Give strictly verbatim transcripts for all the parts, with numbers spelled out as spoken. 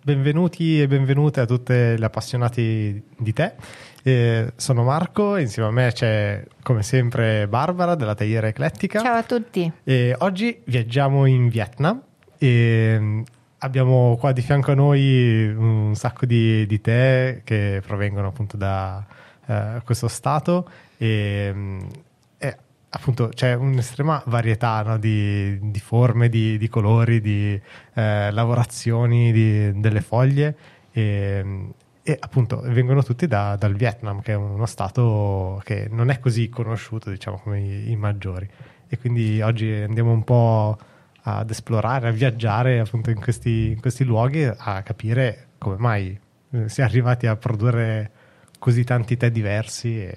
benvenuti e benvenute a tutte le appassionati di tè. Eh, sono Marco e insieme a me c'è come sempre Barbara della Teiera Eclettica. Ciao a tutti. E oggi viaggiamo in Vietnam e abbiamo qua di fianco a noi un sacco di, di tè che provengono appunto da eh, questo stato e, e appunto c'è un'estrema varietà, no, di, di forme, di, di colori, di eh, lavorazioni di, delle foglie e, e appunto vengono tutti da, dal Vietnam, che è uno stato che non è così conosciuto, diciamo, come i, i maggiori, e quindi oggi andiamo un po' ad esplorare, a viaggiare appunto in questi, in questi luoghi, a capire come mai eh, si è arrivati a produrre così tanti tè diversi. E...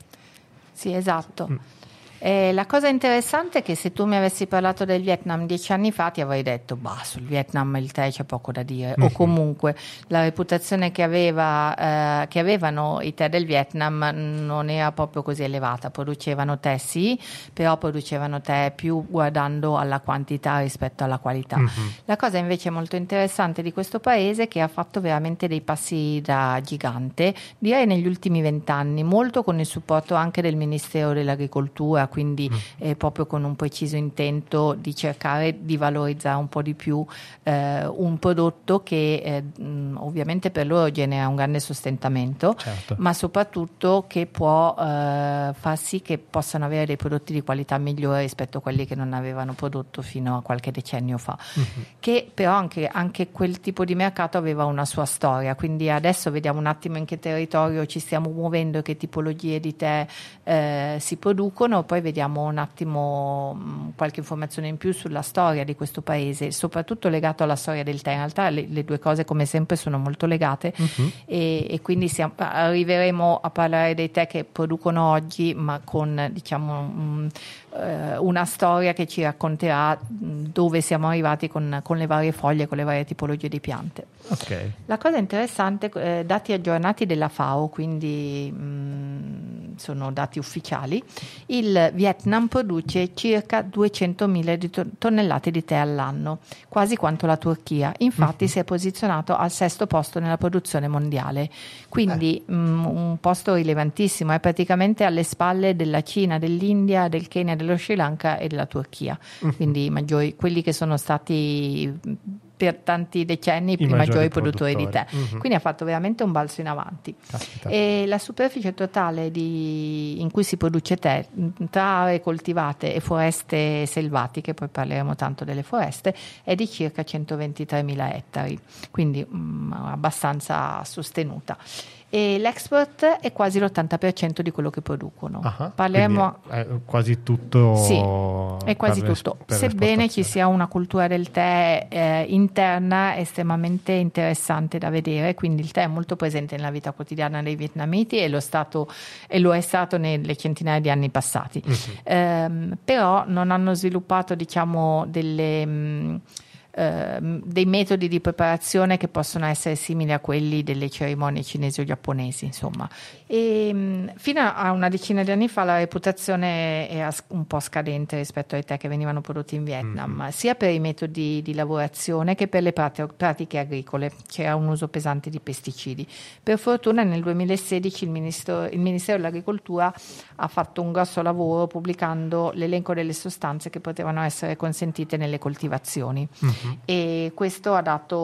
Sì, esatto. Mm. Eh, la cosa interessante è che se tu mi avessi parlato del Vietnam dieci anni fa ti avrei detto bah, sul Vietnam il tè c'è poco da dire, mm-hmm. o comunque la reputazione che, aveva, eh, che avevano i tè del Vietnam non era proprio così elevata. Producevano tè sì, però producevano tè più guardando alla quantità rispetto alla qualità. Mm-hmm. La cosa invece molto interessante di questo paese è che ha fatto veramente dei passi da gigante, direi negli ultimi vent'anni, molto con il supporto anche del Ministero dell'Agricoltura, quindi mm. eh, proprio con un preciso intento di cercare di valorizzare un po' di più eh, un prodotto che eh, mh, ovviamente per loro genera un grande sostentamento, certo. ma soprattutto che può eh, far sì che possano avere dei prodotti di qualità migliore rispetto a quelli che non avevano prodotto fino a qualche decennio fa, mm-hmm. che però anche, anche quel tipo di mercato aveva una sua storia, quindi adesso vediamo un attimo in che territorio ci stiamo muovendo e che tipologie di tè eh, si producono. Poi vediamo un attimo mh, qualche informazione in più sulla storia di questo paese, soprattutto legato alla storia del tè. In realtà le, le due cose come sempre sono molto legate, uh-huh. e, e quindi siamo, arriveremo a parlare dei tè che producono oggi, ma con diciamo mh, eh, una storia che ci racconterà mh, dove siamo arrivati con, con le varie foglie, con le varie tipologie di piante. Okay. La cosa interessante, eh, dati aggiornati della FAO, quindi mh, sono dati ufficiali, il Vietnam produce circa duecentomila di to- tonnellate di tè all'anno, quasi quanto la Turchia. Infatti uh-huh. si è posizionato al sesto posto nella produzione mondiale, quindi eh. mh, un posto rilevantissimo, è praticamente alle spalle della Cina, dell'India, del Kenya, dello Sri Lanka e della Turchia, uh-huh. quindi i maggiori, quelli che sono stati per tanti decenni i, I maggiori, maggiori produttori, produttori di tè, uh-huh. quindi ha fatto veramente un balzo in avanti. Caspita. E la superficie totale di, in cui si produce tè tra aree coltivate e foreste selvatiche, poi parleremo tanto delle foreste, è di circa centoventitremila ettari, quindi mh, abbastanza sostenuta. E l'export è quasi l'ottanta per cento di quello che producono. Uh-huh. Parleremo è quasi tutto. Sì, è quasi per tutto. per Sebbene ci sia una cultura del tè eh, interna estremamente interessante da vedere, quindi il tè è molto presente nella vita quotidiana dei vietnamiti e lo, stato, e lo è stato nelle centinaia di anni passati. Uh-huh. Ehm, però non hanno sviluppato, diciamo, delle mh, Uh, dei metodi di preparazione che possono essere simili a quelli delle cerimonie cinesi o giapponesi, insomma. E, mh, fino a una decina di anni fa la reputazione era un po' scadente rispetto ai tè che venivano prodotti in Vietnam, mm-hmm. sia per i metodi di lavorazione che per le prat- pratiche agricole. C'era un uso pesante di pesticidi. Per fortuna nel duemilasedici il, ministro, il Ministero dell'Agricoltura ha fatto un grosso lavoro pubblicando l'elenco delle sostanze che potevano essere consentite nelle coltivazioni. Mm-hmm. E questo ha dato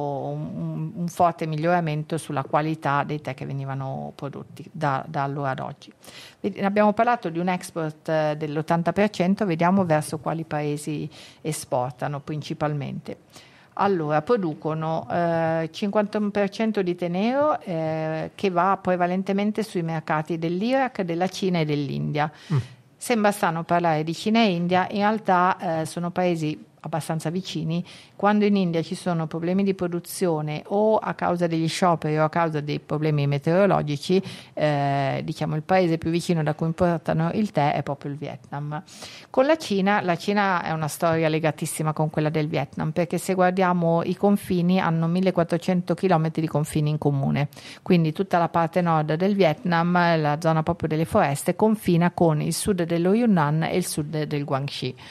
un, un forte miglioramento sulla qualità dei tè che venivano prodotti da, da allora ad oggi. Abbiamo parlato di un export dell'ottanta per cento, vediamo verso quali paesi esportano principalmente. Allora, producono eh, cinquantuno per cento di tè nero eh, che va prevalentemente sui mercati dell'Iraq, della Cina e dell'India. Mm. Sembra strano parlare di Cina e India, in realtà eh, sono paesi abbastanza vicini. Quando in India ci sono problemi di produzione o a causa degli scioperi o a causa dei problemi meteorologici, eh, diciamo il paese più vicino da cui importano il tè è proprio il Vietnam. Con la Cina, la Cina è una storia legatissima con quella del Vietnam, perché se guardiamo i confini hanno millequattrocento chilometri di confini in comune, quindi tutta la parte nord del Vietnam, la zona proprio delle foreste, confina con il sud dello Yunnan e il sud del Guangxi.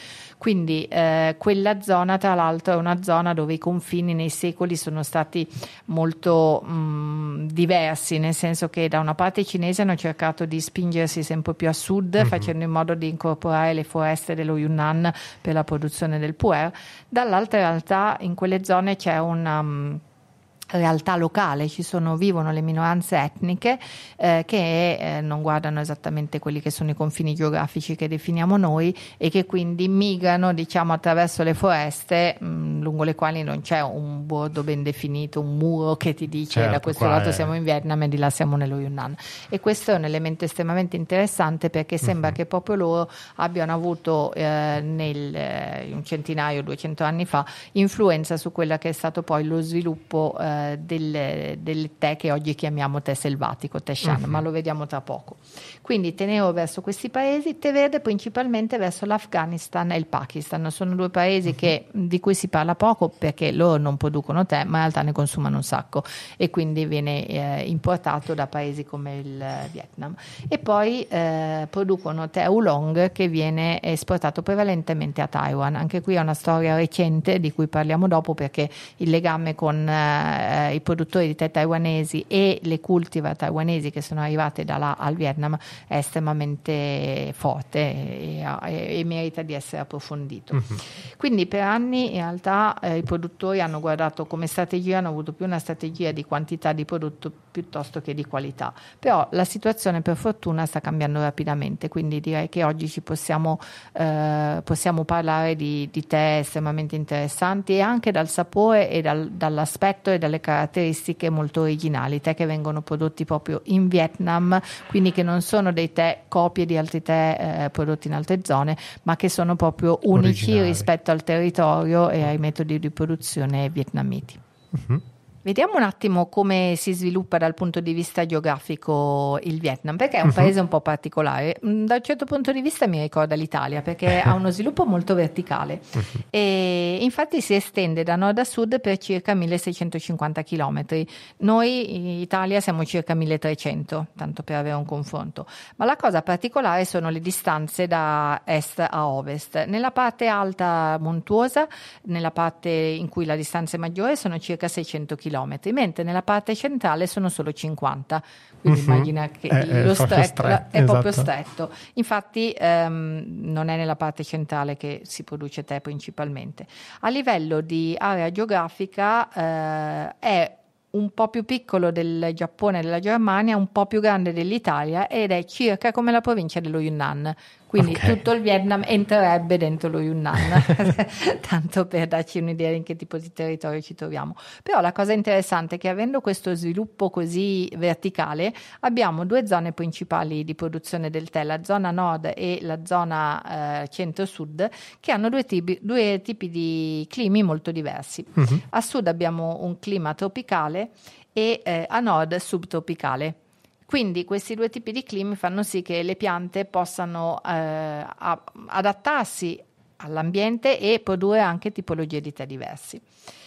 Quindi eh, quella zona, tra l'altro, è una zona dove i confini nei secoli sono stati molto mh, diversi, nel senso che da una parte i cinesi hanno cercato di spingersi sempre più a sud, mm-hmm. facendo in modo di incorporare le foreste dello Yunnan per la produzione del puer. Dall'altra in realtà in quelle zone c'è una um, realtà locale, ci sono, vivono le minoranze etniche eh, che eh, non guardano esattamente quelli che sono i confini geografici che definiamo noi e che quindi migrano, diciamo, attraverso le foreste mh, lungo le quali non c'è un bordo ben definito, un muro che ti dice certo, da questo lato è... siamo in Vietnam e di là siamo nello Yunnan. E questo è un elemento estremamente interessante perché sembra uh-huh. che proprio loro abbiano avuto eh, nel eh, un centinaio, duecento anni fa, influenza su quella che è stato poi lo sviluppo eh, Del, del tè che oggi chiamiamo tè selvatico, tè shan, uh-huh. ma lo vediamo tra poco. Quindi tè nero verso questi paesi, tè verde principalmente verso l'Afghanistan e il Pakistan. Sono due paesi uh-huh. che, di cui si parla poco perché loro non producono tè, ma in realtà ne consumano un sacco e quindi viene eh, importato da paesi come il Vietnam. E poi eh, producono tè oolong che viene esportato prevalentemente a Taiwan. Anche qui è una storia recente di cui parliamo dopo perché il legame con eh, i produttori di tè taiwanesi e le cultivar taiwanesi che sono arrivate da là al Vietnam è estremamente forte e, e, e merita di essere approfondito. Uh-huh. Quindi per anni in realtà eh, i produttori hanno guardato come strategia, hanno avuto più una strategia di quantità di prodotto piuttosto che di qualità, però la situazione per fortuna sta cambiando rapidamente, quindi direi che oggi ci possiamo, eh, possiamo parlare di, di tè estremamente interessanti e anche dal sapore e dal, dall'aspetto e dalle caratteristiche molto originali, tè che vengono prodotti proprio in Vietnam, quindi che non sono dei tè copie di altri tè eh, prodotti in altre zone, ma che sono proprio unici originali rispetto al territorio e ai metodi di produzione vietnamiti. Uh-huh. Vediamo un attimo come si sviluppa dal punto di vista geografico il Vietnam, perché è un uh-huh. paese un po' particolare. Da un certo punto di vista mi ricorda l'Italia, perché ha uno sviluppo molto verticale uh-huh. e infatti si estende da nord a sud per circa milleseicentocinquanta chilometri. Noi in Italia siamo circa milletrecento, tanto per avere un confronto. Ma la cosa particolare sono le distanze da est a ovest. Nella parte alta montuosa, nella parte in cui la distanza è maggiore, sono circa seicento chilometri. Mentre nella parte centrale sono solo cinquanta, quindi uh-huh. immagina che è, lo è, stretto, stretto, è esatto. proprio stretto. Infatti ehm, non è nella parte centrale che si produce tè principalmente. A livello di area geografica eh, è un po' più piccolo del Giappone e della Germania, un po' più grande dell'Italia ed è circa come la provincia dello Yunnan. Quindi okay. tutto il Vietnam entrerebbe dentro lo Yunnan, tanto per darci un'idea in che tipo di territorio ci troviamo. Però la cosa interessante è che avendo questo sviluppo così verticale abbiamo due zone principali di produzione del tè, la zona nord e la zona eh, centro-sud, che hanno due tipi, due tipi di climi molto diversi. Uh-huh. A sud abbiamo un clima tropicale e eh, a nord subtropicale. Quindi questi due tipi di climi fanno sì che le piante possano eh, a, adattarsi all'ambiente e produrre anche tipologie di tè diversi.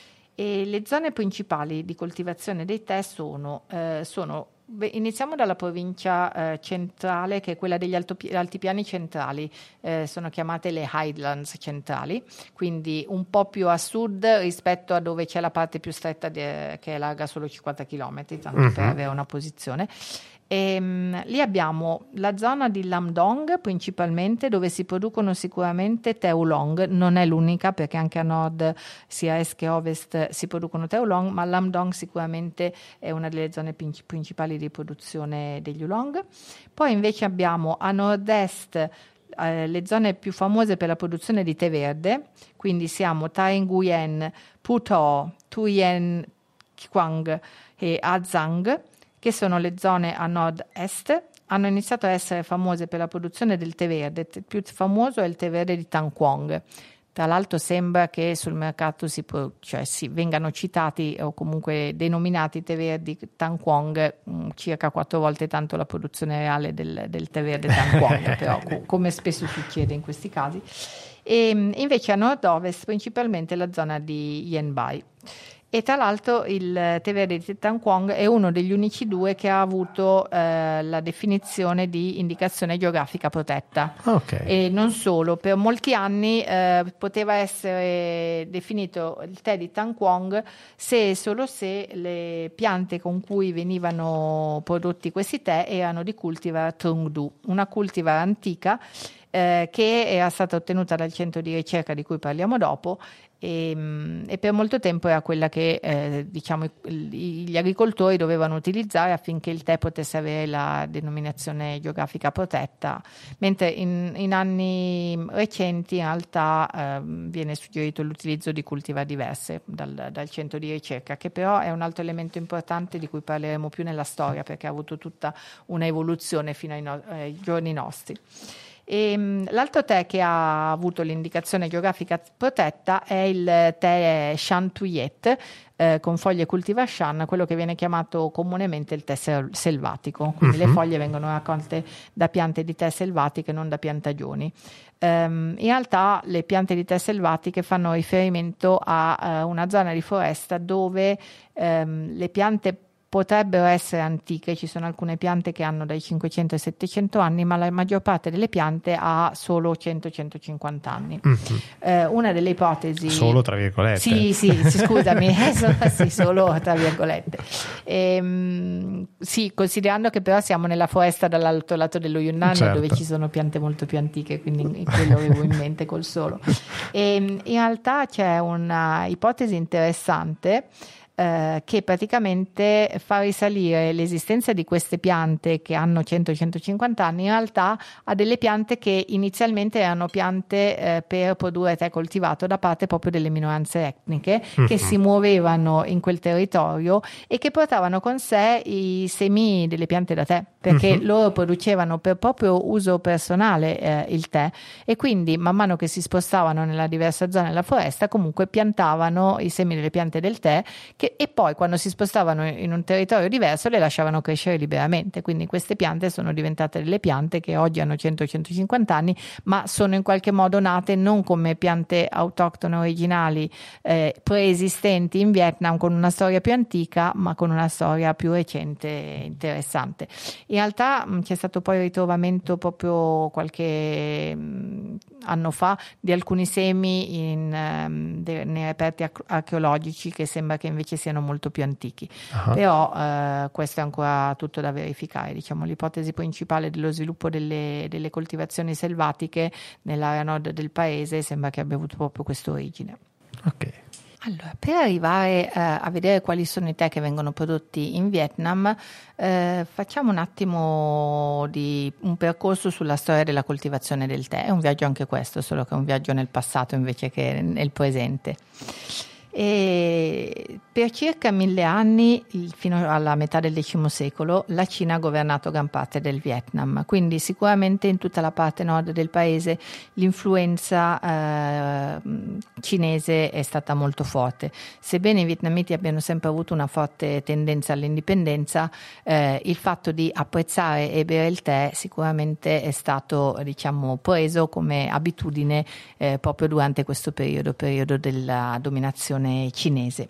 E le zone principali di coltivazione dei tè sono, eh, sono beh, iniziamo dalla provincia eh, centrale, che è quella degli altopi- altipiani centrali, eh, sono chiamate le Highlands centrali, quindi un po' più a sud rispetto a dove c'è la parte più stretta de- che è larga solo cinquanta chilometri, tanto uh-huh. per avere una posizione. E, um, lì abbiamo la zona di Lam Dong principalmente, dove si producono sicuramente tè oolong, non è l'unica perché anche a nord sia a est che a ovest si producono tè oolong, ma Lam Dong sicuramente è una delle zone pin- principali di produzione degli oolong. Poi invece abbiamo a nord-est eh, le zone più famose per la produzione di tè verde, quindi siamo Tha Nguyen, Phu Tho, Thuyen Quang e A Giang, che sono le zone a nord-est. Hanno iniziato a essere famose per la produzione del tè verde. Il più famoso è il tè verde di Thanh Quang. Tra l'altro sembra che sul mercato si, pro, cioè si vengano citati o comunque denominati tè verdi Thanh Quang mh, circa quattro volte tanto la produzione reale del, del tè verde Thanh Quang, però co- come spesso succede in questi casi. E invece a nord-ovest principalmente la zona di Yen Bai. E tra l'altro il tè verde di Thé Thanh Quang è uno degli unici due che ha avuto eh, la definizione di indicazione geografica protetta. Okay. E non solo, per molti anni eh, poteva essere definito il tè di Thanh Quang se e solo se le piante con cui venivano prodotti questi tè erano di cultivar Trung Du, una cultivar antica eh, che era stata ottenuta dal centro di ricerca di cui parliamo dopo. E, e per molto tempo era quella che eh, diciamo i, gli agricoltori dovevano utilizzare affinché il tè potesse avere la denominazione geografica protetta, mentre in, in anni recenti in realtà eh, viene suggerito l'utilizzo di cultivar diverse dal, dal centro di ricerca, che però è un altro elemento importante di cui parleremo più nella storia, perché ha avuto tutta una evoluzione fino ai, no, ai giorni nostri. E, l'altro tè che ha avuto l'indicazione geografica protetta è il tè Shan Tuyet eh, con foglie cultivar Shan, quello che viene chiamato comunemente il tè selvatico, quindi uh-huh. le foglie vengono raccolte da piante di tè selvatiche, non da piantagioni. Um, in realtà le piante di tè selvatiche fanno riferimento a uh, una zona di foresta dove um, le piante potrebbero essere antiche, ci sono alcune piante che hanno dai cinquecento ai settecento anni, ma la maggior parte delle piante ha solo cento centocinquanta anni. Mm-hmm. Eh, una delle ipotesi... Solo tra virgolette. Sì, sì, sì scusami, sì, solo tra virgolette. E, sì, considerando che però siamo nella foresta dall'altro lato dello Yunnan, certo. dove ci sono piante molto più antiche, quindi quello avevo in mente col solo. E, in realtà c'è una ipotesi interessante Eh, che praticamente fa risalire l'esistenza di queste piante che hanno cento centocinquanta anni in realtà a delle piante che inizialmente erano piante eh, per produrre tè coltivato da parte proprio delle minoranze etniche mm-hmm. che si muovevano in quel territorio e che portavano con sé i semi delle piante da tè, perché mm-hmm. loro producevano per proprio uso personale eh, il tè, e quindi man mano che si spostavano nella diversa zona della foresta comunque piantavano i semi delle piante del tè che e poi quando si spostavano in un territorio diverso le lasciavano crescere liberamente, quindi queste piante sono diventate delle piante che oggi hanno cento centocinquanta anni, ma sono in qualche modo nate non come piante autoctone originali eh, preesistenti in Vietnam con una storia più antica, ma con una storia più recente e interessante. In realtà mh, c'è stato poi il ritrovamento proprio qualche mh, anno fa di alcuni semi in, um, de, nei reperti ac- archeologici che sembra che invece siano molto più antichi. Uh-huh. Però eh, questo è ancora tutto da verificare. Diciamo, l'ipotesi principale dello sviluppo delle, delle coltivazioni selvatiche nell'area nord del paese sembra che abbia avuto proprio questa origine. Ok. Allora, per arrivare eh, a vedere quali sono i tè che vengono prodotti in Vietnam, eh, facciamo un attimo di un percorso sulla storia della coltivazione del tè. È un viaggio anche questo, solo che è un viaggio nel passato invece che nel presente. E per circa mille anni, fino alla metà del X secolo, la Cina ha governato gran parte del Vietnam, quindi sicuramente in tutta la parte nord del paese l'influenza eh, cinese è stata molto forte. Sebbene i vietnamiti abbiano sempre avuto una forte tendenza all'indipendenza, eh, il fatto di apprezzare e bere il tè sicuramente è stato, diciamo, preso come abitudine eh, proprio durante questo periodo, periodo della dominazione cinese.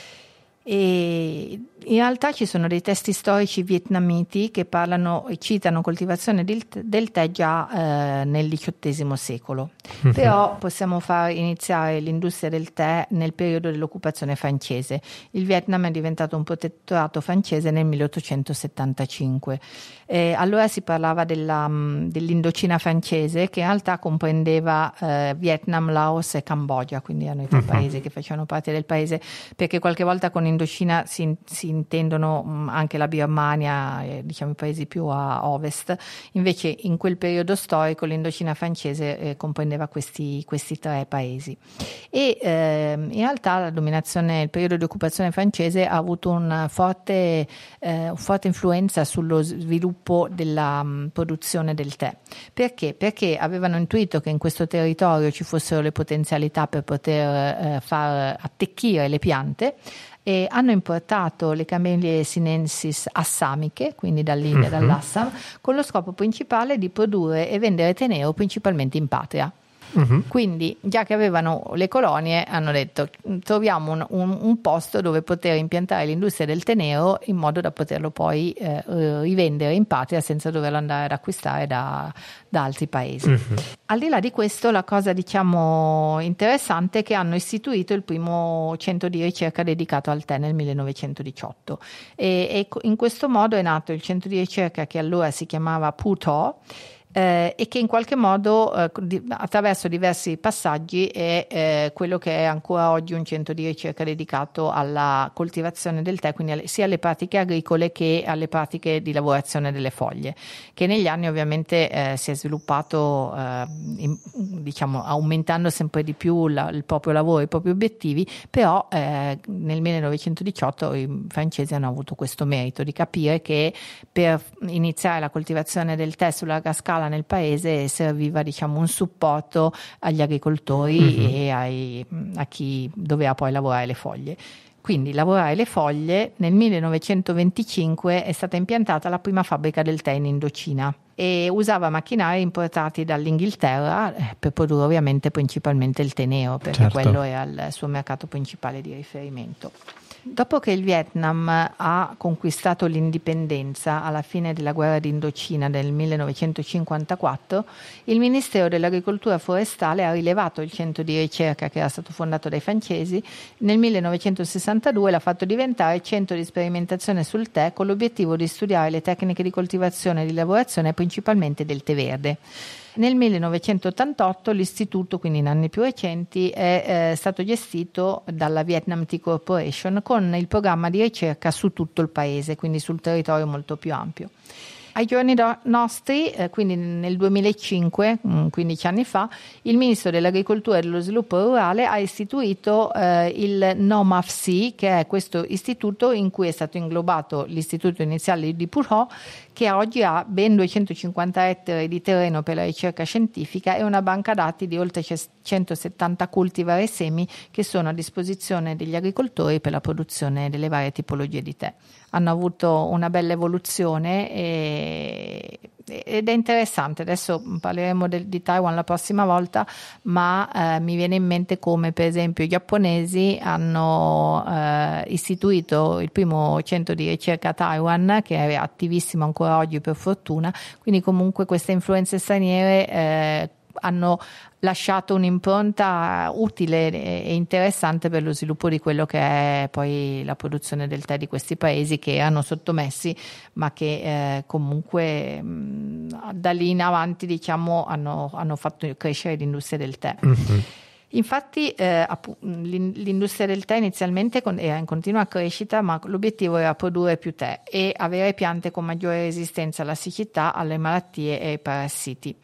E in realtà ci sono dei testi storici vietnamiti che parlano e citano coltivazione del, del tè già eh, nel diciottesimo secolo. Mm-hmm. Però possiamo far iniziare l'industria del tè nel periodo dell'occupazione francese. Il Vietnam è diventato un protettorato francese nel milleottocentosettantacinque. Eh, allora si parlava della, dell'Indocina francese, che in realtà comprendeva eh, Vietnam, Laos e Cambogia, quindi erano i tre mm-hmm. paesi che facevano parte del paese, perché qualche volta con Indocina si, si intendono mh, anche la Birmania, eh, diciamo i paesi più a ovest. Invece in quel periodo storico l'Indocina francese eh, comprendeva questi, questi tre paesi. E eh, in realtà la dominazione, il periodo di occupazione francese ha avuto una forte, eh, una forte influenza sullo sviluppo della mh, produzione del tè. Perché? Perché avevano intuito che in questo territorio ci fossero le potenzialità per poter eh, far attecchire le piante, e hanno importato le Camellie sinensis assamiche, quindi dall'India e uh-huh. dall'Assam, con lo scopo principale di produrre e vendere tè nero principalmente in patria. Uh-huh. Quindi, già che avevano le colonie, hanno detto troviamo un, un, un posto dove poter impiantare l'industria del tè nero in modo da poterlo poi eh, rivendere in patria senza doverlo andare ad acquistare da, da altri paesi. Uh-huh. Al di là di questo, la cosa diciamo interessante è che hanno istituito il primo centro di ricerca dedicato al tè nel millenovecentodiciotto e, e in questo modo è nato il centro di ricerca che allora si chiamava Puto, Eh, e che in qualche modo eh, di, attraverso diversi passaggi è eh, quello che è ancora oggi un centro di ricerca dedicato alla coltivazione del tè, quindi alle, sia alle pratiche agricole che alle pratiche di lavorazione delle foglie, che negli anni ovviamente eh, si è sviluppato eh, in, diciamo aumentando sempre di più la, il proprio lavoro, i propri obiettivi, però eh, nel millenovecentodiciotto i francesi hanno avuto questo merito di capire che per iniziare la coltivazione del tè su larga scala nel paese serviva diciamo un supporto agli agricoltori mm-hmm. e ai, a chi doveva poi lavorare le foglie. Quindi lavorare le foglie. Nel millenovecentoventicinque è stata impiantata la prima fabbrica del tè in Indocina e usava macchinari importati dall'Inghilterra eh, per produrre ovviamente principalmente il tè nero, perché certo. quello era il suo mercato principale di riferimento. Dopo che il Vietnam ha conquistato l'indipendenza alla fine della guerra d'Indocina del millenovecentocinquantaquattro, il Ministero dell'Agricoltura Forestale ha rilevato il centro di ricerca che era stato fondato dai francesi. Nel millenovecentosessantadue l'ha fatto diventare centro di sperimentazione sul tè con l'obiettivo di studiare le tecniche di coltivazione e di lavorazione principalmente del tè verde. Nel millenovecentottantotto l'istituto, quindi in anni più recenti, è eh, stato gestito dalla Vietnam Tea Corporation con il programma di ricerca su tutto il paese, quindi sul territorio molto più ampio. Ai giorni nostri, eh, quindi nel duemilacinque, quindici anni fa, il Ministro dell'Agricoltura e dello Sviluppo Rurale ha istituito eh, il NOMAFC, che è questo istituto in cui è stato inglobato l'istituto iniziale di Phu, che oggi ha ben duecentocinquanta ettari di terreno per la ricerca scientifica e una banca dati di oltre centosettanta cultivar e semi che sono a disposizione degli agricoltori per la produzione delle varie tipologie di tè. Hanno avuto una bella evoluzione e, ed è interessante. Adesso parleremo del, di Taiwan la prossima volta, ma eh, mi viene in mente come per esempio i giapponesi hanno eh, istituito il primo centro di ricerca a Taiwan, che è attivissimo ancora oggi per fortuna, quindi comunque queste influenze straniere eh, hanno lasciato un'impronta utile e interessante per lo sviluppo di quello che è poi la produzione del tè di questi paesi che erano sottomessi, ma che eh, comunque mh, da lì in avanti diciamo hanno, hanno fatto crescere l'industria del tè. Mm-hmm. Infatti eh, l'industria del tè inizialmente era in continua crescita, ma l'obiettivo era produrre più tè e avere piante con maggiore resistenza alla siccità, alle malattie e ai parassiti.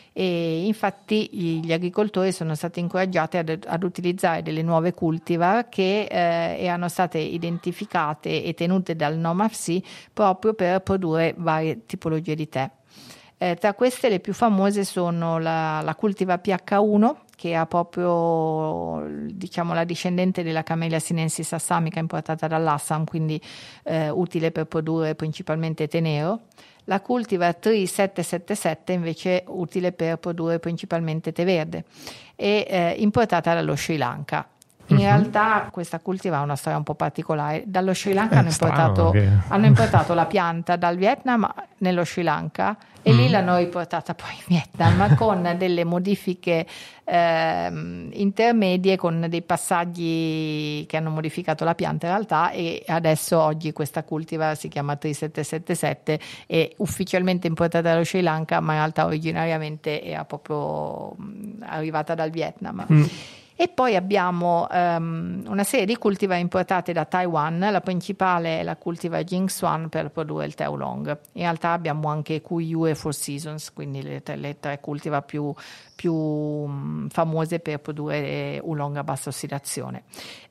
E infatti gli agricoltori sono stati incoraggiati ad, ad utilizzare delle nuove cultivar che eh, erano state identificate e tenute dal NOMAFC proprio per produrre varie tipologie di tè. Eh, tra queste le più famose sono la, la cultivar P H uno, che ha proprio diciamo la discendente della Camellia sinensis assamica importata dall'Assam, quindi eh, utile per produrre principalmente tè nero. La cultivar T R I sette sette sette invece utile per produrre principalmente tè verde e eh, importata dallo Sri Lanka. In uh-huh. realtà questa cultivar ha una storia un po' particolare. Dallo Sri Lanka hanno importato, che... hanno importato la pianta dal Vietnam nello Sri Lanka e mm. lì l'hanno riportata poi in Vietnam con delle modifiche eh, intermedie, con dei passaggi che hanno modificato la pianta in realtà, e adesso oggi questa cultivar si chiama T R I sette sette sette, è ufficialmente importata dallo Sri Lanka, ma in realtà originariamente era proprio arrivata dal Vietnam. Mm. E poi abbiamo um, una serie di cultivar importate da Taiwan. La principale è la cultivar Jingxuan per produrre il tè oolong. In realtà abbiamo anche Kuyu e Four Seasons, quindi le, le tre cultivar più, più um, famose per produrre oolong a bassa ossidazione.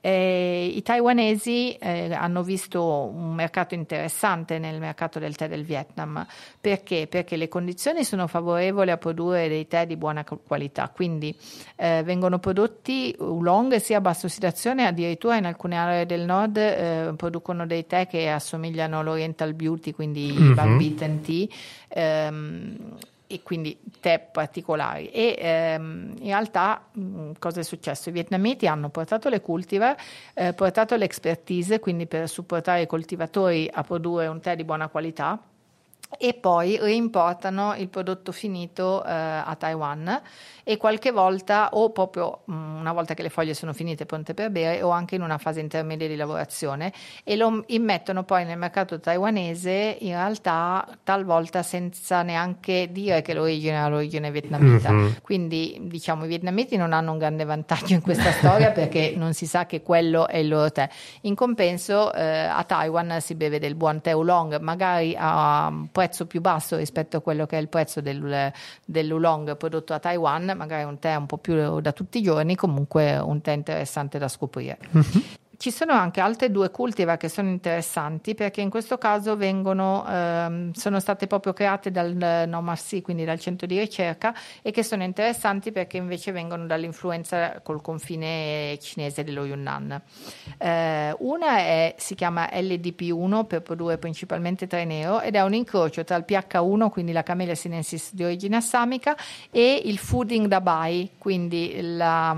E i taiwanesi eh, hanno visto un mercato interessante nel mercato del tè del Vietnam. Perché? Perché le condizioni sono favorevoli a produrre dei tè di buona qualità, quindi eh, vengono prodotti oolong sia a bassa ossidazione, addirittura in alcune aree del nord eh, producono dei tè che assomigliano all'Oriental Beauty, quindi mm-hmm. i Bad Beaten Tea, ehm, e quindi tè particolari. E ehm, in realtà mh, cosa è successo? I vietnamiti hanno portato le cultivar, eh, portato l'expertise, quindi per supportare i coltivatori a produrre un tè di buona qualità, e poi reimportano il prodotto finito eh, a Taiwan, e qualche volta, o proprio mh, una volta che le foglie sono finite pronte per bere, o anche in una fase intermedia di lavorazione, e lo immettono poi nel mercato taiwanese, in realtà talvolta senza neanche dire che l'origine è l'origine vietnamita. Mm-hmm. Quindi diciamo i vietnamiti non hanno un grande vantaggio in questa storia perché non si sa che quello è il loro tè. In compenso eh, a Taiwan si beve del buon tè oolong, magari a un prezzo più basso rispetto a quello che è il prezzo del, dell'oolong prodotto a Taiwan, magari un tè un po' più da tutti i giorni, comunque un tè interessante da scoprire. Mm-hmm. Ci sono anche altre due cultivar che sono interessanti perché in questo caso vengono, ehm, sono state proprio create dal N O M A R C, quindi dal centro di ricerca, e che sono interessanti perché invece vengono dall'influenza col confine cinese dello Yunnan. Eh, una è, si chiama L D P uno per produrre principalmente tè nero, ed è un incrocio tra il P H uno, quindi la Camellia sinensis di origine assamica, e il Phuding Dabai, quindi la,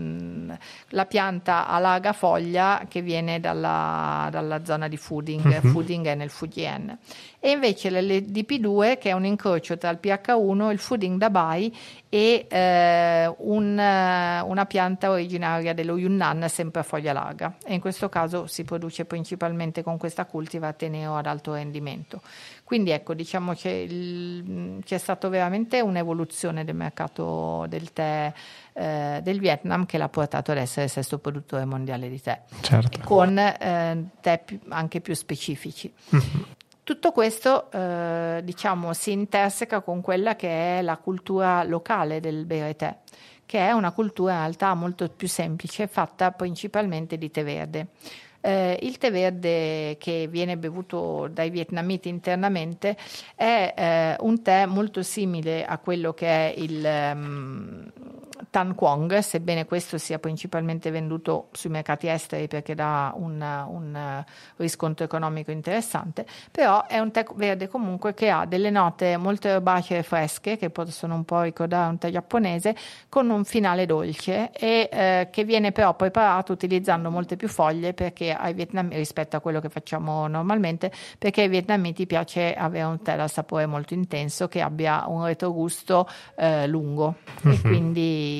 la pianta a larga foglia che viene dalla, dalla zona di Phuding. Uh-huh. Phuding è nel Fujian. E invece l'L D P due, che è un incrocio tra il P H uno, il Phuding Dabai e eh, un, una pianta originaria dello Yunnan, sempre a foglia larga, e in questo caso si produce principalmente con questa cultivar tè nero ad alto rendimento. Quindi ecco, diciamo che il, c'è stata veramente un'evoluzione del mercato del tè eh, del Vietnam che l'ha portato ad essere il sesto produttore mondiale di tè, certo. con eh, tè più, anche più specifici. Mm-hmm. Tutto questo eh, diciamo si interseca con quella che è la cultura locale del bere tè, che è una cultura in realtà molto più semplice, fatta principalmente di tè verde. Eh, il tè verde che viene bevuto dai vietnamiti internamente è eh, un tè molto simile a quello che è il um, Thanh Quang, sebbene questo sia principalmente venduto sui mercati esteri perché dà un, un riscontro economico interessante, però è un tè verde comunque che ha delle note molto erbacee e fresche che possono un po' ricordare un tè giapponese, con un finale dolce, e eh, che viene però preparato utilizzando molte più foglie perché ai vietnamiti, rispetto a quello che facciamo normalmente, perché ai vietnamiti piace avere un tè dal sapore molto intenso che abbia un retrogusto eh, lungo. Mm-hmm. E quindi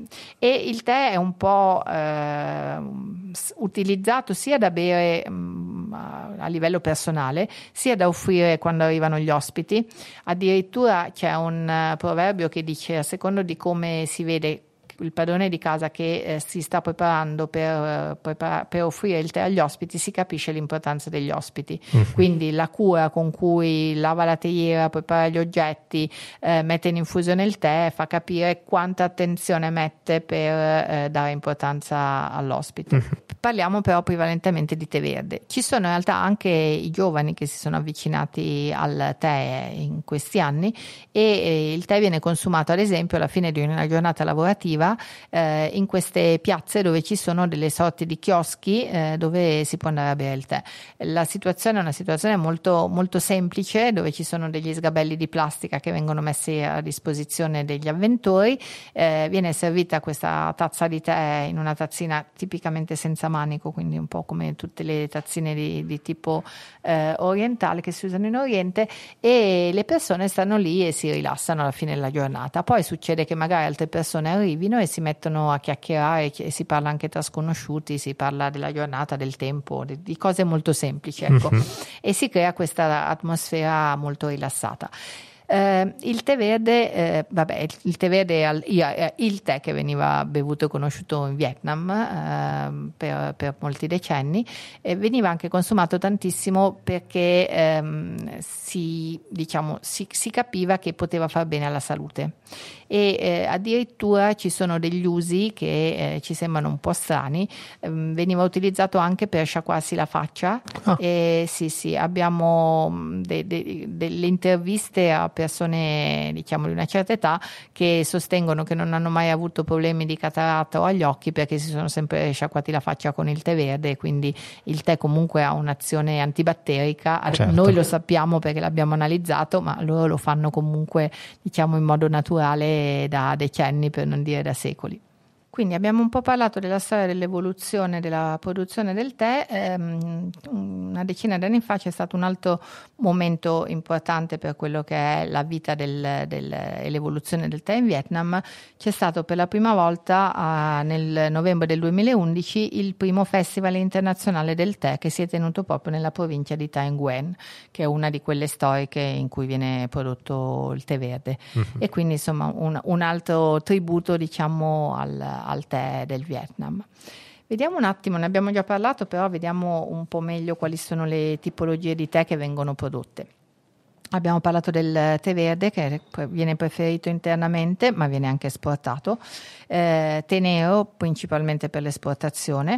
e il tè è un po' eh, utilizzato sia da bere mh, a livello personale, sia da offrire quando arrivano gli ospiti. Addirittura c'è un uh, proverbio che dice: a secondo di come si vede il padrone di casa che eh, si sta preparando per, uh, prepara- per offrire il tè agli ospiti, si capisce l'importanza degli ospiti. Uh-huh. Quindi la cura con cui lava la teiera, prepara gli oggetti, eh, mette in infusione il tè, fa capire quanta attenzione mette per eh, dare importanza all'ospite. Uh-huh. Parliamo però prevalentemente di tè verde. Ci sono in realtà anche i giovani che si sono avvicinati al tè in questi anni, e eh, il tè viene consumato ad esempio alla fine di una giornata lavorativa Eh, in queste piazze dove ci sono delle sorte di chioschi eh, dove si può andare a bere il tè. La situazione è una situazione molto, molto semplice, dove ci sono degli sgabelli di plastica che vengono messi a disposizione degli avventori, eh, viene servita questa tazza di tè in una tazzina tipicamente senza manico, quindi un po' come tutte le tazzine di, di tipo eh, orientale che si usano in Oriente, e le persone stanno lì e si rilassano alla fine della giornata. Poi succede che magari altre persone arrivino e si mettono a chiacchierare, e si parla anche tra sconosciuti, si parla della giornata, del tempo, di cose molto semplici, ecco. Mm-hmm. E si crea questa atmosfera molto rilassata. Eh, il tè verde, eh, vabbè, il tè verde è il, il tè che veniva bevuto e conosciuto in Vietnam eh, per, per molti decenni, e veniva anche consumato tantissimo perché ehm, si, diciamo, si, si capiva che poteva far bene alla salute. E eh, addirittura ci sono degli usi che eh, ci sembrano un po' strani. ehm, veniva utilizzato anche per sciacquarsi la faccia. Oh. E sì sì abbiamo de, de, delle interviste a persone, diciamo, di una certa età, che sostengono che non hanno mai avuto problemi di cataratta o agli occhi perché si sono sempre sciacquati la faccia con il tè verde, quindi il tè comunque ha un'azione antibatterica. Certo. Noi lo sappiamo perché l'abbiamo analizzato, ma loro lo fanno comunque, diciamo, in modo naturale da decenni, per non dire da secoli. Quindi abbiamo un po' parlato della storia dell'evoluzione della produzione del tè. Ehm, una decina di anni fa c'è stato un altro momento importante per quello che è la vita del, del, e l'evoluzione del tè in Vietnam. C'è stato per la prima volta uh, nel novembre del duemilaundici il primo Festival internazionale del tè, che si è tenuto proprio nella provincia di Thanh Nguyen, che è una di quelle storiche in cui viene prodotto il tè verde. Uh-huh. E quindi insomma un, un altro tributo, diciamo, al al tè del Vietnam. Vediamo un attimo, ne abbiamo già parlato, però vediamo un po' meglio quali sono le tipologie di tè che vengono prodotte. Abbiamo parlato del tè verde, che viene preferito internamente, ma viene anche esportato, eh, tè nero principalmente per l'esportazione,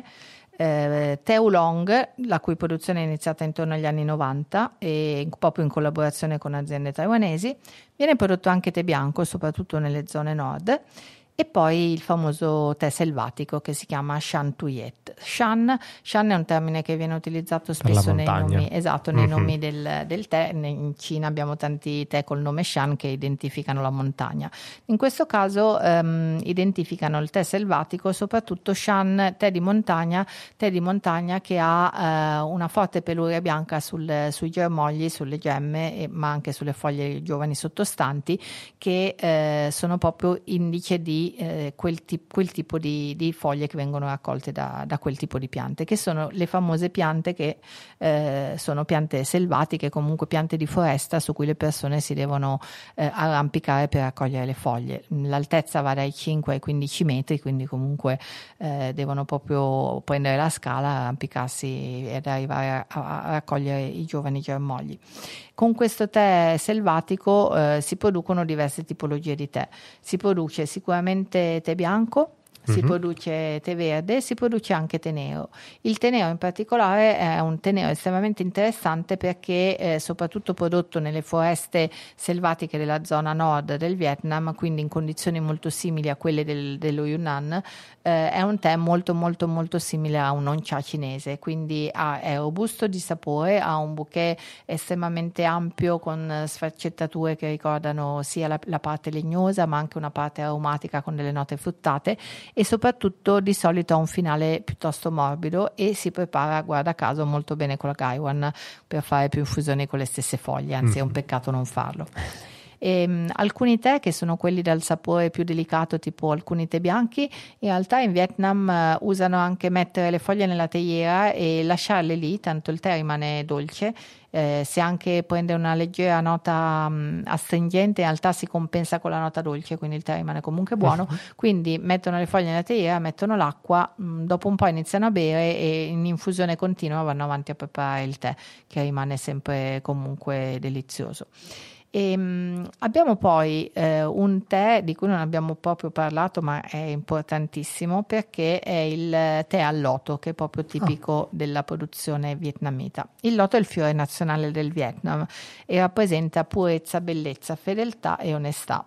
eh, tè oolong, la cui produzione è iniziata intorno agli anni novanta e proprio in collaborazione con aziende taiwanesi. Viene prodotto anche tè bianco, soprattutto nelle zone nord. E poi il famoso tè selvatico che si chiama Shan Tuyet. Shan, Shan è un termine che viene utilizzato spesso nei nomi, esatto, nei mm-hmm. nomi del, del tè. In Cina abbiamo tanti tè col nome Shan che identificano la montagna. In questo caso um, identificano il tè selvatico, soprattutto Shan, tè di montagna, tè di montagna che ha uh, una forte peluria bianca sul, sui germogli, sulle gemme, e, ma anche sulle foglie giovani sottostanti, che uh, sono proprio indice di Eh, quel, tip, quel tipo di, di foglie che vengono raccolte da, da quel tipo di piante, che sono le famose piante che eh, sono piante selvatiche, comunque piante di foresta su cui le persone si devono eh, arrampicare per raccogliere le foglie. L'altezza va dai cinque ai quindici metri, quindi comunque eh, devono proprio prendere la scala, arrampicarsi ed arrivare a, a raccogliere i giovani germogli. Con questo tè selvatico eh, si producono diverse tipologie di tè. Si produce sicuramente tè bianco, si uh-huh. produce tè verde, si produce anche tè nero. Il tè nero in particolare è un tè nero estremamente interessante perché eh, soprattutto prodotto nelle foreste selvatiche della zona nord del Vietnam, quindi in condizioni molto simili a quelle del, dello Yunnan, eh, è un tè molto molto molto simile a un non cha cinese, quindi ha, è robusto di sapore, ha un bouquet estremamente ampio con sfaccettature che ricordano sia la, la parte legnosa ma anche una parte aromatica con delle note fruttate, e soprattutto di solito ha un finale piuttosto morbido e si prepara, guarda caso, molto bene con la gaiwan per fare più infusioni con le stesse foglie, anzi mm. è un peccato non farlo. E, um, alcuni tè che sono quelli dal sapore più delicato, tipo alcuni tè bianchi, in realtà in Vietnam uh, usano anche mettere le foglie nella teiera e lasciarle lì, tanto il tè rimane dolce. Eh, se anche prende una leggera nota um, astringente, in realtà si compensa con la nota dolce, quindi il tè rimane comunque buono. Quindi mettono le foglie nella teiera, mettono l'acqua, mh, dopo un po' iniziano a bere e in infusione continua vanno avanti a preparare il tè, che rimane sempre comunque delizioso. E, mh, abbiamo poi eh, un tè di cui non abbiamo proprio parlato, ma è importantissimo perché è il tè al loto, che è proprio tipico oh. della produzione vietnamita. Il loto è il fiore nazionale del Vietnam e rappresenta purezza, bellezza, fedeltà e onestà.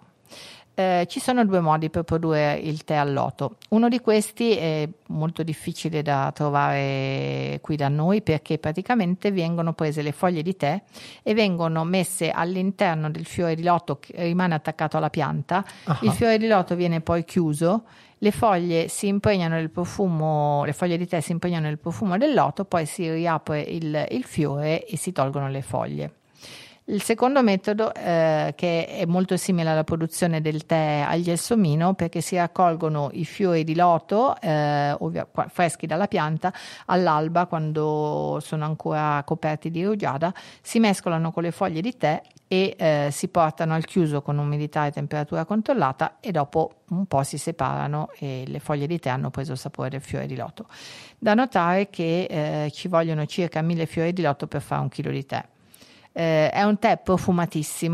Eh, ci sono due modi per produrre il tè al loto. Uno di questi è molto difficile da trovare qui da noi perché praticamente vengono prese le foglie di tè e vengono messe all'interno del fiore di loto che rimane attaccato alla pianta. Uh-huh. Il fiore di loto viene poi chiuso, le foglie si impregnano nel profumo, le foglie di tè si impregnano nel profumo del loto, poi si riapre il, il fiore e si tolgono le foglie. Il secondo metodo, eh, che è molto simile alla produzione del tè al gelsomino, perché si raccolgono i fiori di loto eh, ovvio, freschi dalla pianta all'alba, quando sono ancora coperti di rugiada, si mescolano con le foglie di tè e eh, si portano al chiuso con umidità e temperatura controllata e dopo un po' si separano e le foglie di tè hanno preso il sapore del fiore di loto. Da notare che eh, ci vogliono circa mille fiori di loto per fare un chilo di tè. Eh, è un tè profumatissimo,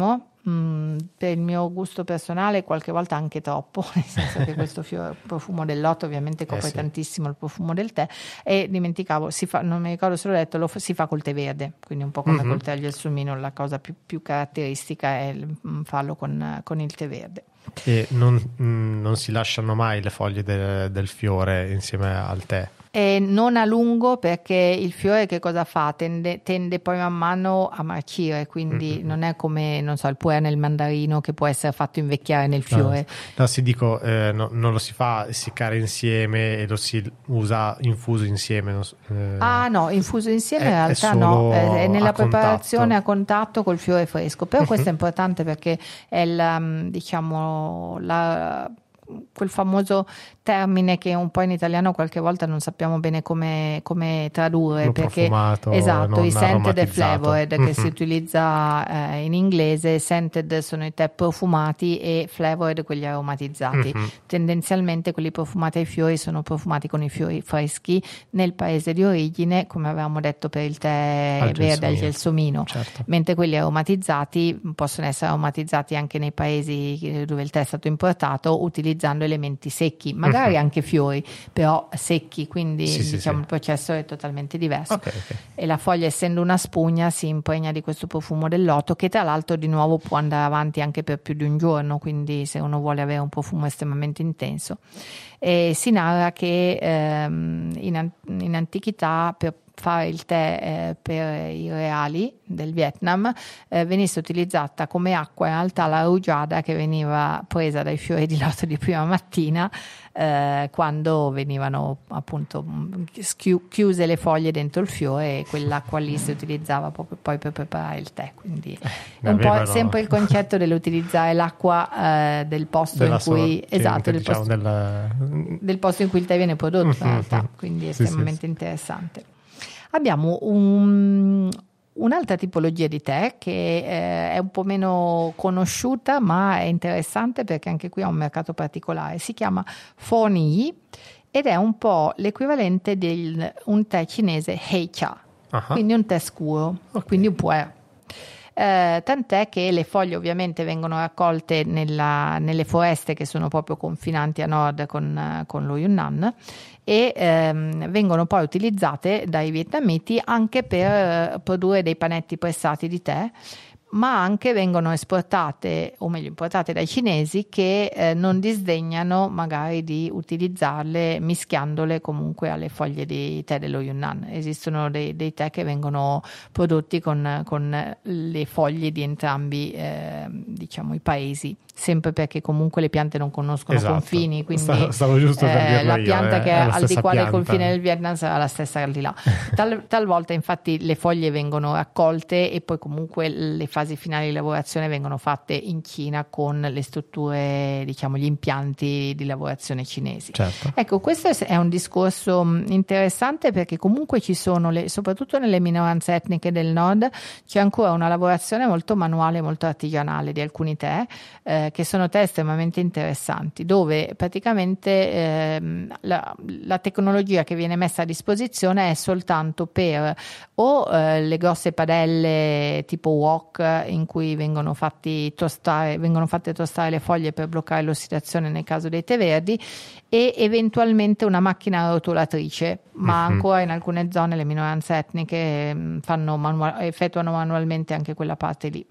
mh, per il mio gusto personale qualche volta anche troppo, nel senso che questo fiore, profumo del loto ovviamente copre eh sì. tantissimo il profumo del tè, e dimenticavo, si fa, non mi ricordo se l'ho detto, lo si fa col tè verde, quindi un po' come mm-hmm. col tè al gelsomino, la cosa più, più caratteristica è farlo con, con il tè verde. E non, non si lasciano mai le foglie de, del fiore insieme al tè? E non a lungo, perché il fiore che cosa fa? Tende, tende poi man mano a marcire, quindi mm-hmm. non è come, non so, il puer nel mandarino che può essere fatto invecchiare nel fiore. No, no si dico, eh, no, non lo si fa essiccare insieme e lo si usa infuso insieme. Non so, eh, ah no, infuso insieme è, in realtà no, è nella a preparazione contatto. a contatto col fiore fresco, però mm-hmm. questo è importante perché è il, diciamo, la... quel famoso termine che un po' in italiano qualche volta non sappiamo bene come, come tradurre, lo perché profumato, esatto, i scented e flavored mm-hmm. che si utilizza eh, in inglese. Scented sono i tè profumati e flavored quelli aromatizzati. Mm-hmm. Tendenzialmente quelli profumati ai fiori sono profumati con i fiori freschi nel paese di origine, come avevamo detto per il tè al verde al gelsomino, certo. mentre quelli aromatizzati possono essere aromatizzati anche nei paesi dove il tè è stato importato utilizzando elementi secchi, magari mm-hmm. anche fiori, però secchi, quindi sì, diciamo sì, sì. il processo è totalmente diverso. Okay, okay. E la foglia, essendo una spugna, si impregna di questo profumo del loto, che tra l'altro di nuovo può andare avanti anche per più di un giorno, quindi se uno vuole avere un profumo estremamente intenso. E si narra che ehm, in, in antichità, per fare il tè eh, per i reali del Vietnam eh, venisse utilizzata come acqua in realtà la rugiada che veniva presa dai fiori di loto di prima mattina eh, quando venivano appunto schiu- chiuse le foglie dentro il fiore, e quell'acqua lì si utilizzava proprio poi per preparare il tè, quindi è un po' sempre il concetto dell'utilizzare l'acqua eh, del posto della in cui sorgente, esatto del, diciamo, posto, della... del posto in cui il tè viene prodotto mm-hmm. in realtà, quindi è sì, estremamente sì, interessante. Abbiamo un, un'altra tipologia di tè che eh, è un po' meno conosciuta, ma è interessante perché anche qui ha un mercato particolare. Si chiama Pho Nhi ed è un po' l'equivalente di un tè cinese Hei Cha, uh-huh. quindi un tè scuro, okay. quindi un puer. Eh, tant'è che le foglie ovviamente vengono raccolte nella, nelle foreste che sono proprio confinanti a nord con, con lo Yunnan, e ehm, vengono poi utilizzate dai vietnamiti anche per eh, produrre dei panetti pressati di tè, ma anche vengono esportate, o meglio importate dai cinesi, che eh, non disdegnano magari di utilizzarle mischiandole comunque alle foglie di tè dello Yunnan. Esistono dei, dei tè che vengono prodotti con, con le foglie di entrambi eh, diciamo i paesi, sempre perché comunque le piante non conoscono esatto. confini, quindi stavo, stavo giusto per eh, la io, pianta eh, che al di qua del pianta. confine del Vietnam sarà la stessa al di là. Tal, talvolta infatti le foglie vengono raccolte e poi comunque le fasi finali di lavorazione vengono fatte in Cina con le strutture, diciamo gli impianti di lavorazione cinesi. Certo. Ecco, questo è un discorso interessante perché comunque ci sono, le, soprattutto nelle minoranze etniche del nord, c'è ancora una lavorazione molto manuale, molto artigianale di alcuni tè, eh, che sono tè estremamente interessanti, dove praticamente eh, la, la tecnologia che viene messa a disposizione è soltanto per o eh, le grosse padelle tipo wok in cui vengono fatti tostare, vengono fatte tostare le foglie per bloccare l'ossidazione nel caso dei tè verdi, e eventualmente una macchina rotolatrice, ma mm-hmm. ancora in alcune zone le minoranze etniche fanno manual- effettuano manualmente anche quella parte lì.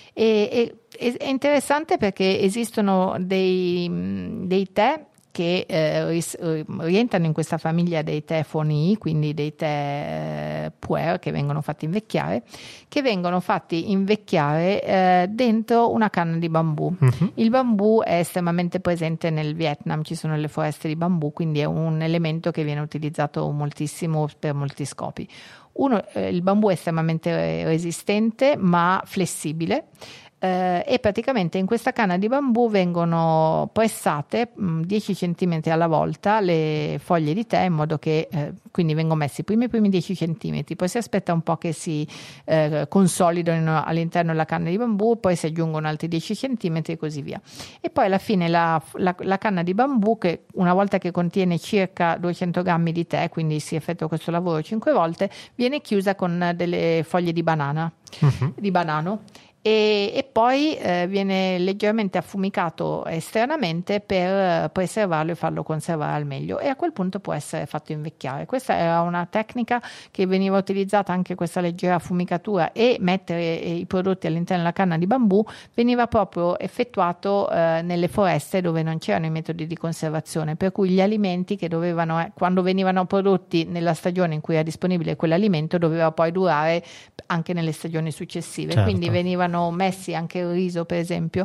E, e, è interessante perché esistono dei, dei tè che eh, ris- rientrano in questa famiglia dei tè Pho Nhi, quindi dei tè eh, puer che vengono fatti invecchiare, che vengono fatti invecchiare eh, dentro una canna di bambù. Uh-huh. Il bambù è estremamente presente nel Vietnam, ci sono le foreste di bambù, quindi è un elemento che viene utilizzato moltissimo per molti scopi. Uno, eh, il bambù è estremamente resistente ma flessibile. Eh, e praticamente in questa canna di bambù vengono pressate mh, dieci centimetri alla volta le foglie di tè, in modo che eh, quindi vengono messi prima i primi dieci centimetri, poi si aspetta un po' che si eh, consolidino all'interno della canna di bambù, poi si aggiungono altri dieci centimetri e così via, e poi alla fine la, la, la canna di bambù, che una volta che contiene circa duecento grammi di tè, quindi si effettua questo lavoro cinque volte, viene chiusa con delle foglie di banana, uh-huh. di banano, e, e poi eh, viene leggermente affumicato esternamente per preservarlo e farlo conservare al meglio, e a quel punto può essere fatto invecchiare. Questa era una tecnica che veniva utilizzata, anche questa leggera affumicatura e mettere i prodotti all'interno della canna di bambù veniva proprio effettuato eh, nelle foreste dove non c'erano i metodi di conservazione, per cui gli alimenti che dovevano, eh, quando venivano prodotti nella stagione in cui era disponibile quell'alimento, doveva poi durare anche nelle stagioni successive. Certo. Quindi venivano messi anche il riso, per esempio,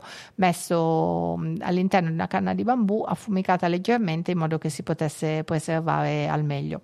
messo all'interno di una canna di bambù affumicata leggermente in modo che si potesse preservare al meglio.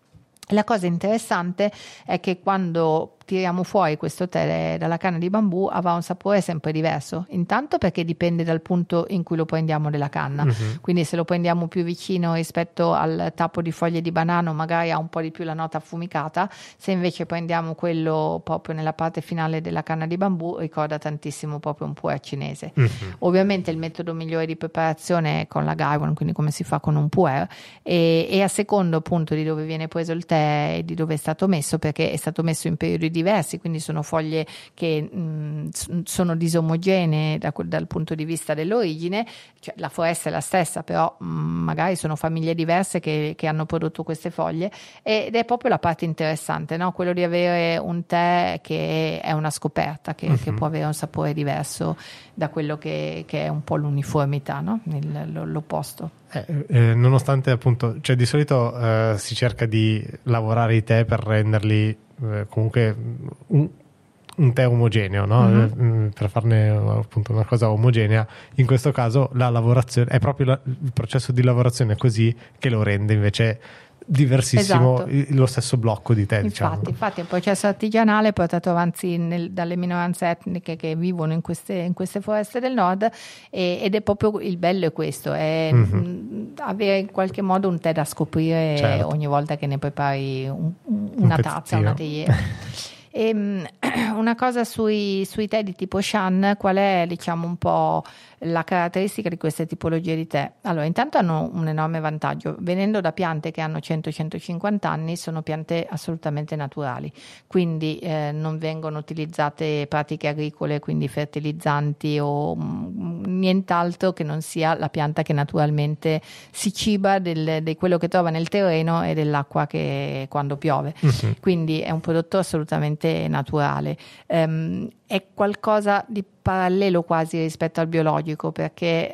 La cosa interessante è che quando tiriamo fuori questo tè dalla canna di bambù avrà un sapore sempre diverso, intanto perché dipende dal punto in cui lo prendiamo della canna, uh-huh. quindi se lo prendiamo più vicino rispetto al tappo di foglie di banano magari ha un po' di più la nota affumicata, se invece prendiamo quello proprio nella parte finale della canna di bambù ricorda tantissimo proprio un puer cinese. Uh-huh. Ovviamente il metodo migliore di preparazione è con la Gaiwan, quindi come si fa con un puer, e, e a secondo appunto di dove viene preso il tè e di dove è stato messo, perché è stato messo in periodi diversi, quindi sono foglie che mh, sono disomogenee da, dal punto di vista dell'origine, cioè la foresta è la stessa, però mh, magari sono famiglie diverse che, che hanno prodotto queste foglie, ed è proprio la parte interessante, no? Quello di avere un tè che è una scoperta, che, uh-huh. che può avere un sapore diverso da quello che, che è un po' l'uniformità, no? Il, l'opposto. Eh, eh, nonostante appunto, cioè di solito eh, si cerca di lavorare i tè per renderli eh, comunque un, un tè omogeneo, no? Mm-hmm. Eh, per farne appunto una cosa omogenea. In questo caso la lavorazione è proprio la, il processo di lavorazione così che lo rende invece diversissimo, esatto. Lo stesso blocco di tè, infatti, diciamo. Infatti il processo artigianale portato avanti nel, dalle minoranze etniche che vivono in queste, in queste foreste del nord, e, ed è proprio il bello è questo, è mm-hmm. mh, avere in qualche modo un tè da scoprire, certo. ogni volta che ne prepari un, una un tazza, una teiera. E, una cosa sui, sui tè di tipo Shan, qual è diciamo un po' la caratteristica di queste tipologie di tè? Allora, intanto hanno un enorme vantaggio, venendo da piante che hanno cento centocinquanta anni, sono piante assolutamente naturali, quindi eh, non vengono utilizzate pratiche agricole, quindi fertilizzanti o mh, nient'altro che non sia la pianta che naturalmente si ciba del, di quello che trova nel terreno e dell'acqua che quando piove, uh-huh. quindi è un prodotto assolutamente naturale. Um, è qualcosa di parallelo quasi rispetto al biologico, perché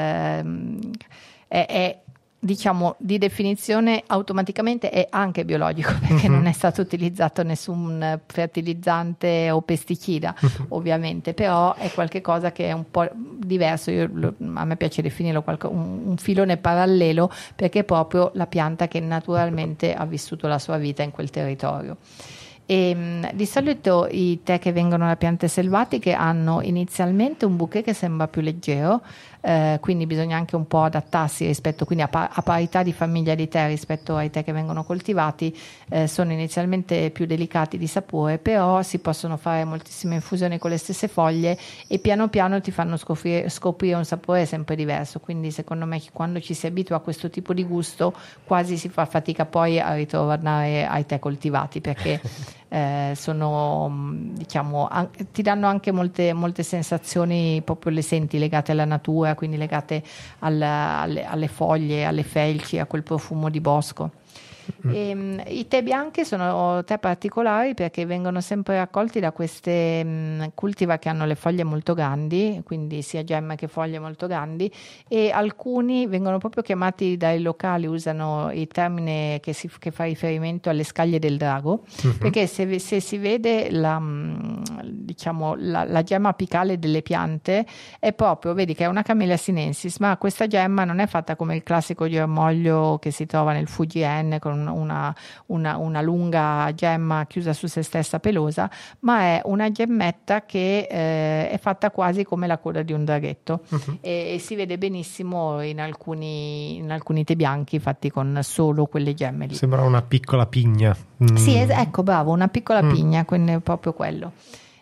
ehm, è, è diciamo di definizione automaticamente è anche biologico, perché uh-huh. non è stato utilizzato nessun fertilizzante o pesticida, uh-huh. ovviamente, però è qualche cosa che è un po' diverso. Io, lo, a me piace definirlo qualche, un, un filone parallelo, perché è proprio la pianta che naturalmente ha vissuto la sua vita in quel territorio. E, mh, di solito i tè che vengono da piante selvatiche hanno inizialmente un bouquet che sembra più leggero, eh, quindi bisogna anche un po' adattarsi rispetto, quindi a, pa- a parità di famiglia di tè rispetto ai tè che vengono coltivati, eh, sono inizialmente più delicati di sapore, però si possono fare moltissime infusioni con le stesse foglie e piano piano ti fanno scoprire, scoprire un sapore sempre diverso, quindi secondo me quando ci si abitua a questo tipo di gusto quasi si fa fatica poi a ritornare ai tè coltivati, perché Eh, sono diciamo an- ti danno anche molte, molte sensazioni, proprio le senti legate alla natura, quindi legate al, alle, alle foglie, alle felci, a quel profumo di bosco. E, um, i tè bianchi sono tè particolari perché vengono sempre raccolti da queste um, cultivar che hanno le foglie molto grandi, quindi sia gemme che foglie molto grandi, e alcuni vengono proprio chiamati dai locali, usano il termine che, si, che fa riferimento alle scaglie del drago, uh-huh. perché se, se si vede la, diciamo, la, la gemma apicale delle piante è proprio, vedi che è una Camellia sinensis, ma questa gemma non è fatta come il classico germoglio che si trova nel Fujian con Una, una, una lunga gemma chiusa su se stessa pelosa, ma è una gemmetta che eh, è fatta quasi come la coda di un draghetto, uh-huh. e, e si vede benissimo in alcuni, in alcuni tè bianchi fatti con solo quelle gemme lì. Sembra una piccola pigna. Mm. Sì, es- ecco, bravo, una piccola mm. pigna, quindi è proprio quello.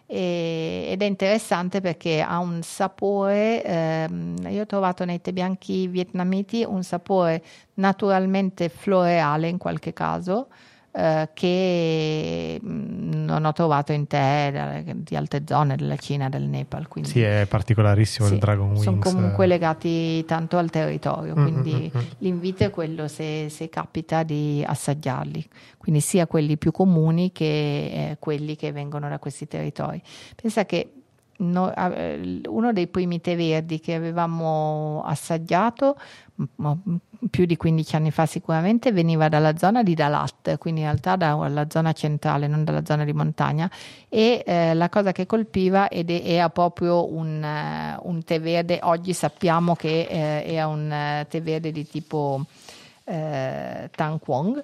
E, ed è interessante perché ha un sapore, ehm, io ho trovato nei tè bianchi vietnamiti un sapore naturalmente floreale in qualche caso, eh, che mh, non ho trovato in tè di altre zone della Cina, del Nepal. Quindi, sì, è particolarissimo, sì, il Dragon Wings. Sono comunque legati tanto al territorio, quindi mm-hmm. l'invito è quello, se, se capita, di assaggiarli, quindi sia quelli più comuni che eh, quelli che vengono da questi territori. Pensa che no, uno dei primi tè verdi che avevamo assaggiato più di quindici anni fa sicuramente veniva dalla zona di Dalat, quindi in realtà dalla zona centrale, non dalla zona di montagna, e eh, la cosa che colpiva ed era proprio un, uh, un tè verde. Oggi sappiamo che eh, era un uh, tè verde di tipo eh, Tang Quang,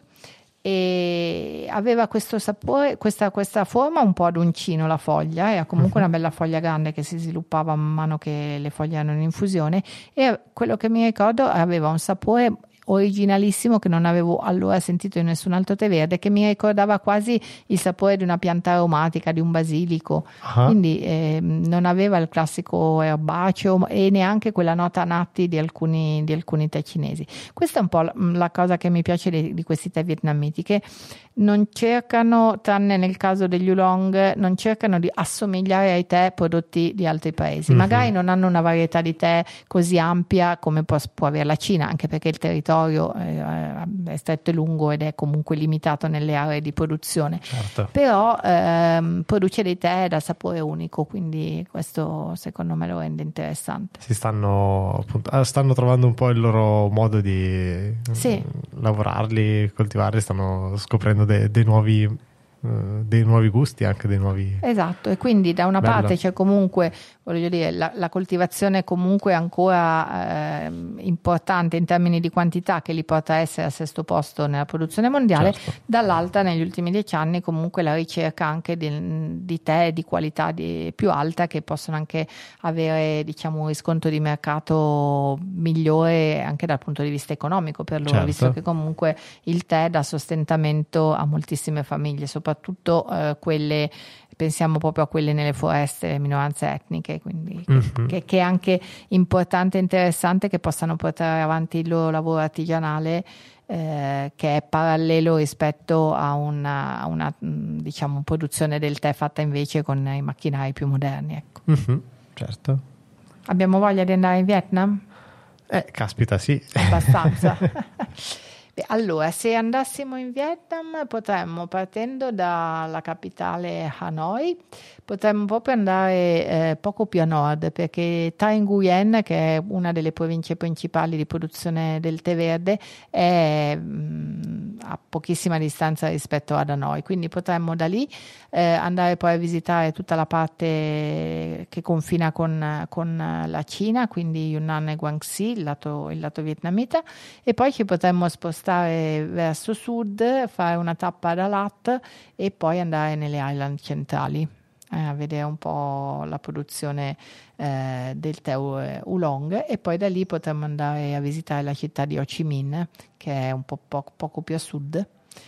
e aveva questo sapore, questa, questa forma un po' ad uncino la foglia, era comunque uh-huh. una bella foglia grande che si sviluppava man mano che le foglie erano in infusione, e quello che mi ricordo aveva un sapore originalissimo che non avevo allora sentito in nessun altro tè verde, che mi ricordava quasi il sapore di una pianta aromatica, di un basilico, uh-huh. quindi eh, non aveva il classico erbaceo e neanche quella nota natti di alcuni, di alcuni tè cinesi. Questa è un po' la, la cosa che mi piace di, di questi tè vietnamiti, che non cercano, tranne nel caso degli oolong, non cercano di assomigliare ai tè prodotti di altri paesi. Uh-huh. Magari non hanno una varietà di tè così ampia come può, può avere la Cina, anche perché il territorio è stretto e lungo ed è comunque limitato nelle aree di produzione, certo. però ehm, produce dei tè dal sapore unico, quindi questo secondo me lo rende interessante. Si stanno appunto, stanno trovando un po' il loro modo di sì. lavorarli, coltivarli, stanno scoprendo dei, dei nuovi dei nuovi gusti, anche dei nuovi. Esatto, e quindi da una Bello. parte c'è comunque, voglio dire, la, la coltivazione comunque ancora eh, importante in termini di quantità, che li porta a essere al sesto posto nella produzione mondiale, certo. Dall'altra negli ultimi dieci anni comunque la ricerca anche di, di tè di qualità di, più alta, che possono anche avere, diciamo, un riscontro di mercato migliore anche dal punto di vista economico per loro, certo. visto che comunque il tè dà sostentamento a moltissime famiglie, soprattutto soprattutto eh, quelle, pensiamo proprio a quelle nelle foreste, le minoranze etniche, quindi mm-hmm. che, che è anche importante e interessante che possano portare avanti il loro lavoro artigianale, eh, che è parallelo rispetto a una, a una diciamo produzione del tè fatta invece con i macchinari più moderni, ecco. Mm-hmm. Certo. Abbiamo voglia di andare in Vietnam? Eh, caspita, sì. Abbastanza. Beh, allora, se andassimo in Vietnam potremmo, partendo dalla capitale Hanoi, potremmo proprio andare eh, poco più a nord, perché Thanh Nguyen, che è una delle province principali di produzione del tè verde, è mh, a pochissima distanza rispetto ad Hanoi, quindi potremmo da lì eh, andare poi a visitare tutta la parte che confina con, con la Cina, quindi Yunnan e Guangxi, il lato, il lato vietnamita, e poi ci potremmo spostare verso sud, fare una tappa ad Dalat e poi andare nelle island centrali eh, a vedere un po' la produzione eh, del tè oolong, e poi da lì potremmo andare a visitare la città di Ho Chi Minh, che è un po' poco, poco più a sud,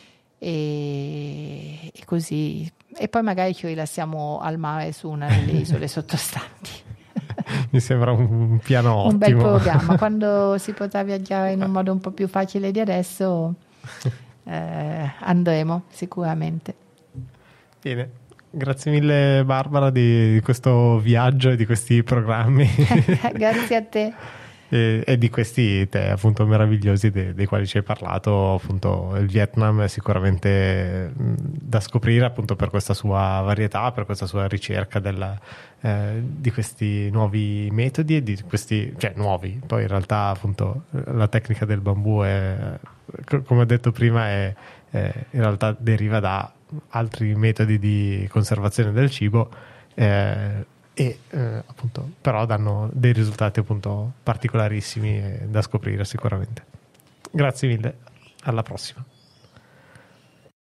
e, e così, e poi magari ci rilassiamo al mare su una delle isole sottostanti. Mi sembra un piano ottimo. Un bel programma. Quando si potrà viaggiare in un modo un po' più facile di adesso, eh, andremo sicuramente. Bene, grazie mille Barbara di, di questo viaggio e di questi programmi. Grazie a te. E, e di questi tè appunto meravigliosi dei, dei quali ci hai parlato. Appunto il Vietnam è sicuramente mh, da scoprire, appunto per questa sua varietà, per questa sua ricerca della, eh, di questi nuovi metodi e di questi, cioè nuovi, poi in realtà appunto la tecnica del bambù è, come ho detto prima, è, è in realtà deriva da altri metodi di conservazione del cibo, eh, e eh, appunto però danno dei risultati appunto particolarissimi da scoprire sicuramente. Grazie mille, alla prossima.